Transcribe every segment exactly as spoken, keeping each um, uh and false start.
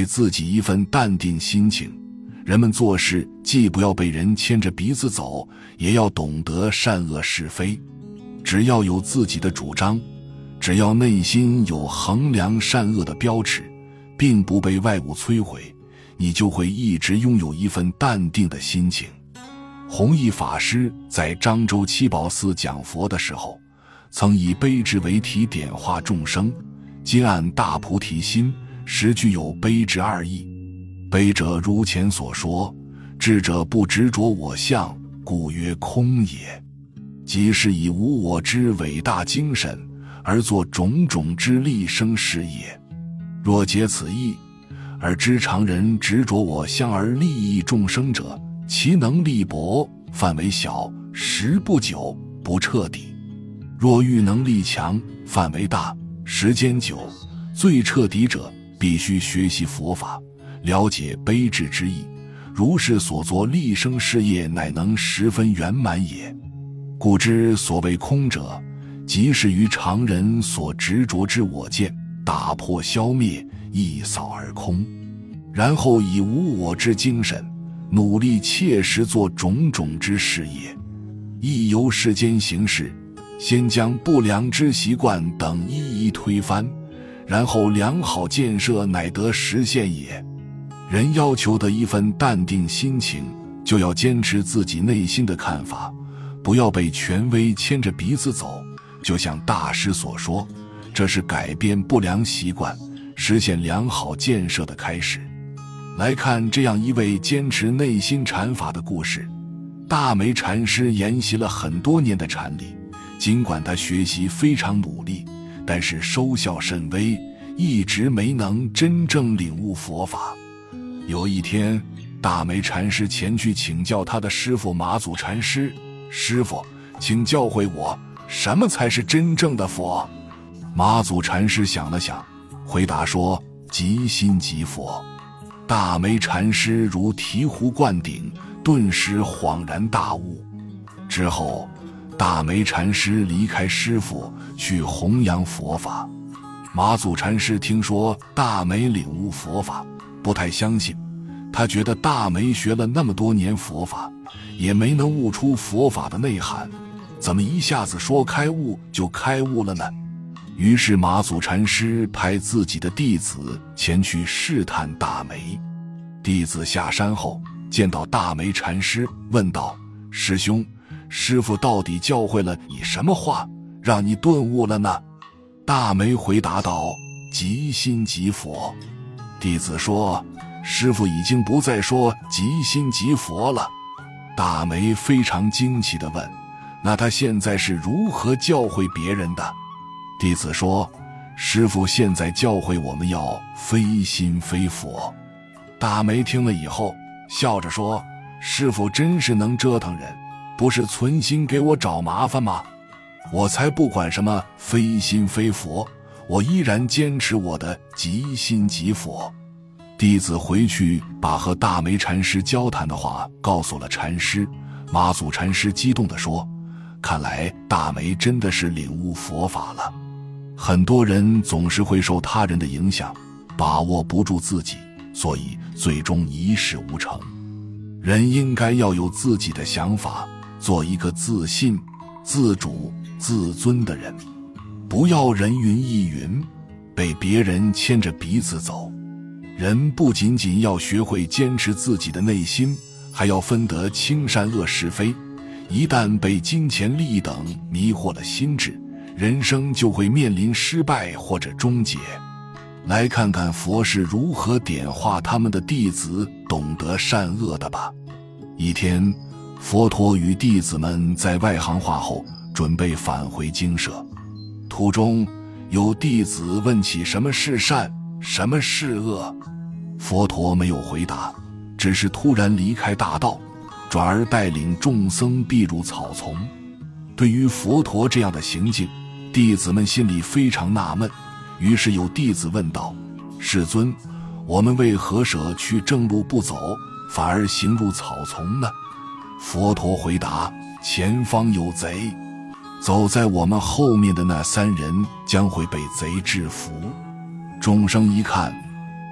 给自己一份淡定心情。人们做事既不要被人牵着鼻子走，也要懂得善恶是非。只要有自己的主张，只要内心有衡量善恶的标尺，并不被外物摧毁，你就会一直拥有一份淡定的心情。弘一法师在漳州七宝寺讲佛的时候，曾以悲智为题点化众生，今按大菩提心，实具有悲智二义。悲者如前所说，智者不执着我相，故曰空也。即是以无我之伟大精神而作种种之利生事也。若解此意，而知常人执着我相而利益众生者，其能力薄，范围小，时不久，不彻底；若欲能力强，范围大，时间久，最彻底者，必须学习佛法，了解悲智之意，如是所作利生事业，乃能十分圆满也。故知所谓空者，即是于常人所执着之我见，打破消灭，一扫而空，然后以无我之精神，努力切实做种种之事业。亦由世间行事，先将不良之习惯等一一推翻，然后良好建设乃得实现也。人要求的一份淡定心情，就要坚持自己内心的看法，不要被权威牵着鼻子走。就像大师所说，这是改变不良习惯，实现良好建设的开始。来看这样一位坚持内心禅法的故事。大梅禅师研习了很多年的禅理，尽管他学习非常努力，但是收效甚微，一直没能真正领悟佛法。有一天，大梅禅师前去请教他的师父马祖禅师，师父，请教诲我，什么才是真正的佛？马祖禅师想了想，回答说，即心即佛。大梅禅师如醍醐灌顶，顿时恍然大悟。之后，大梅禅师离开师父，去弘扬佛法。马祖禅师听说大梅领悟佛法，不太相信，他觉得大梅学了那么多年佛法，也没能悟出佛法的内涵，怎么一下子说开悟就开悟了呢？于是马祖禅师派自己的弟子前去试探大梅。弟子下山后见到大梅禅师，问道，师兄，师父到底教诲了你什么话，让你顿悟了呢？大梅回答道，即心即佛。弟子说，师父已经不再说即心即佛了。大梅非常惊奇地问，那他现在是如何教诲别人的？弟子说，师父现在教诲我们要非心非佛。大梅听了以后笑着说，师父真是能折腾人，不是存心给我找麻烦吗？我才不管什么非心非佛，我依然坚持我的即心即佛。弟子回去把和大梅禅师交谈的话告诉了禅师。马祖禅师激动地说，看来大梅真的是领悟佛法了。很多人总是会受他人的影响，把握不住自己，所以最终一事无成。人应该要有自己的想法，做一个自信、自主、自尊的人，不要人云亦云，被别人牵着鼻子走。人不仅仅要学会坚持自己的内心，还要分得清善恶是非。一旦被金钱利益等迷惑了心智，人生就会面临失败或者终结。来看看佛是如何点化他们的弟子懂得善恶的吧。一天，佛陀与弟子们在外行话后，准备返回精舍。途中，有弟子问起什么是善，什么是恶。佛陀没有回答，只是突然离开大道，转而带领众僧避入草丛。对于佛陀这样的行径，弟子们心里非常纳闷，于是有弟子问道，世尊，我们为何舍去正路不走，反而行入草丛呢？佛陀回答，前方有贼，走在我们后面的那三人将会被贼制服。众生一看，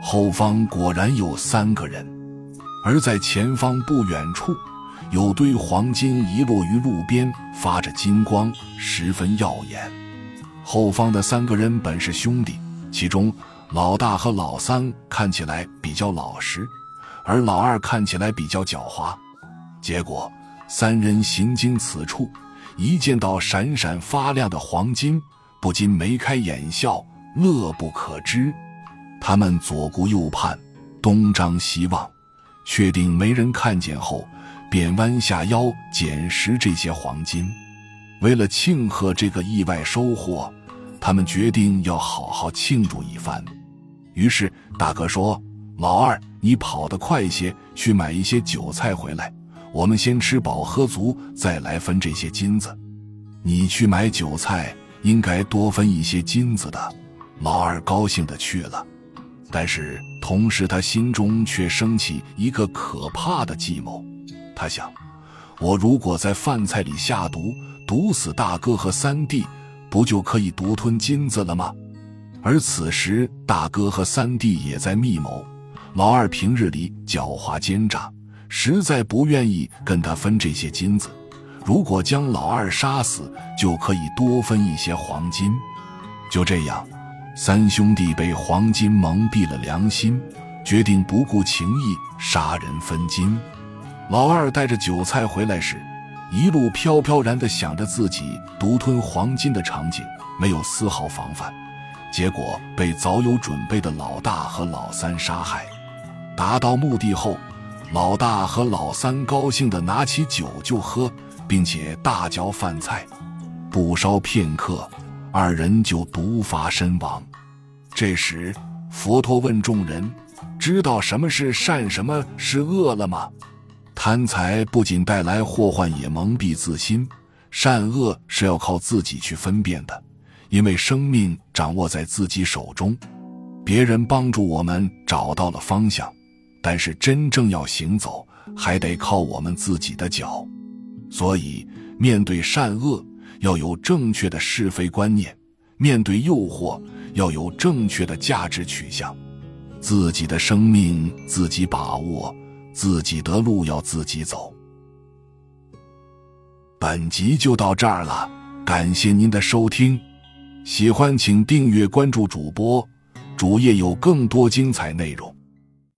后方果然有三个人，而在前方不远处，有堆黄金遗落于路边，发着金光，十分耀眼。后方的三个人本是兄弟，其中老大和老三看起来比较老实，而老二看起来比较狡猾。结果三人行经此处，一见到闪闪发亮的黄金，不禁眉开眼笑，乐不可支。他们左顾右盼，东张西望，确定没人看见后，便弯下腰捡拾这些黄金。为了庆贺这个意外收获，他们决定要好好庆祝一番。于是大哥说，老二，你跑得快些，去买一些韭菜回来，我们先吃饱喝足，再来分这些金子。你去买韭菜，应该多分一些金子的。老二高兴地去了，但是同时他心中却升起一个可怕的计谋。他想，我如果在饭菜里下毒，毒死大哥和三弟，不就可以独吞金子了吗？而此时大哥和三弟也在密谋，老二平日里狡猾奸诈，实在不愿意跟他分这些金子，如果将老二杀死，就可以多分一些黄金。就这样，三兄弟被黄金蒙蔽了良心，决定不顾情义杀人分金。老二带着韭菜回来时，一路飘飘然地想着自己独吞黄金的场景，没有丝毫防范，结果被早有准备的老大和老三杀害。达到目的后，老大和老三高兴地拿起酒就喝，并且大嚼饭菜，不稍片刻，二人就毒发身亡。这时佛陀问众人，知道什么是善，什么是恶了吗？贪财不仅带来祸患，也蒙蔽自心，善恶是要靠自己去分辨的，因为生命掌握在自己手中。别人帮助我们找到了方向，但是真正要行走，还得靠我们自己的脚。所以面对善恶，要有正确的是非观念，面对诱惑，要有正确的价值取向。自己的生命自己把握，自己的路要自己走。本集就到这儿了，感谢您的收听，喜欢请订阅关注主播，主页有更多精彩内容。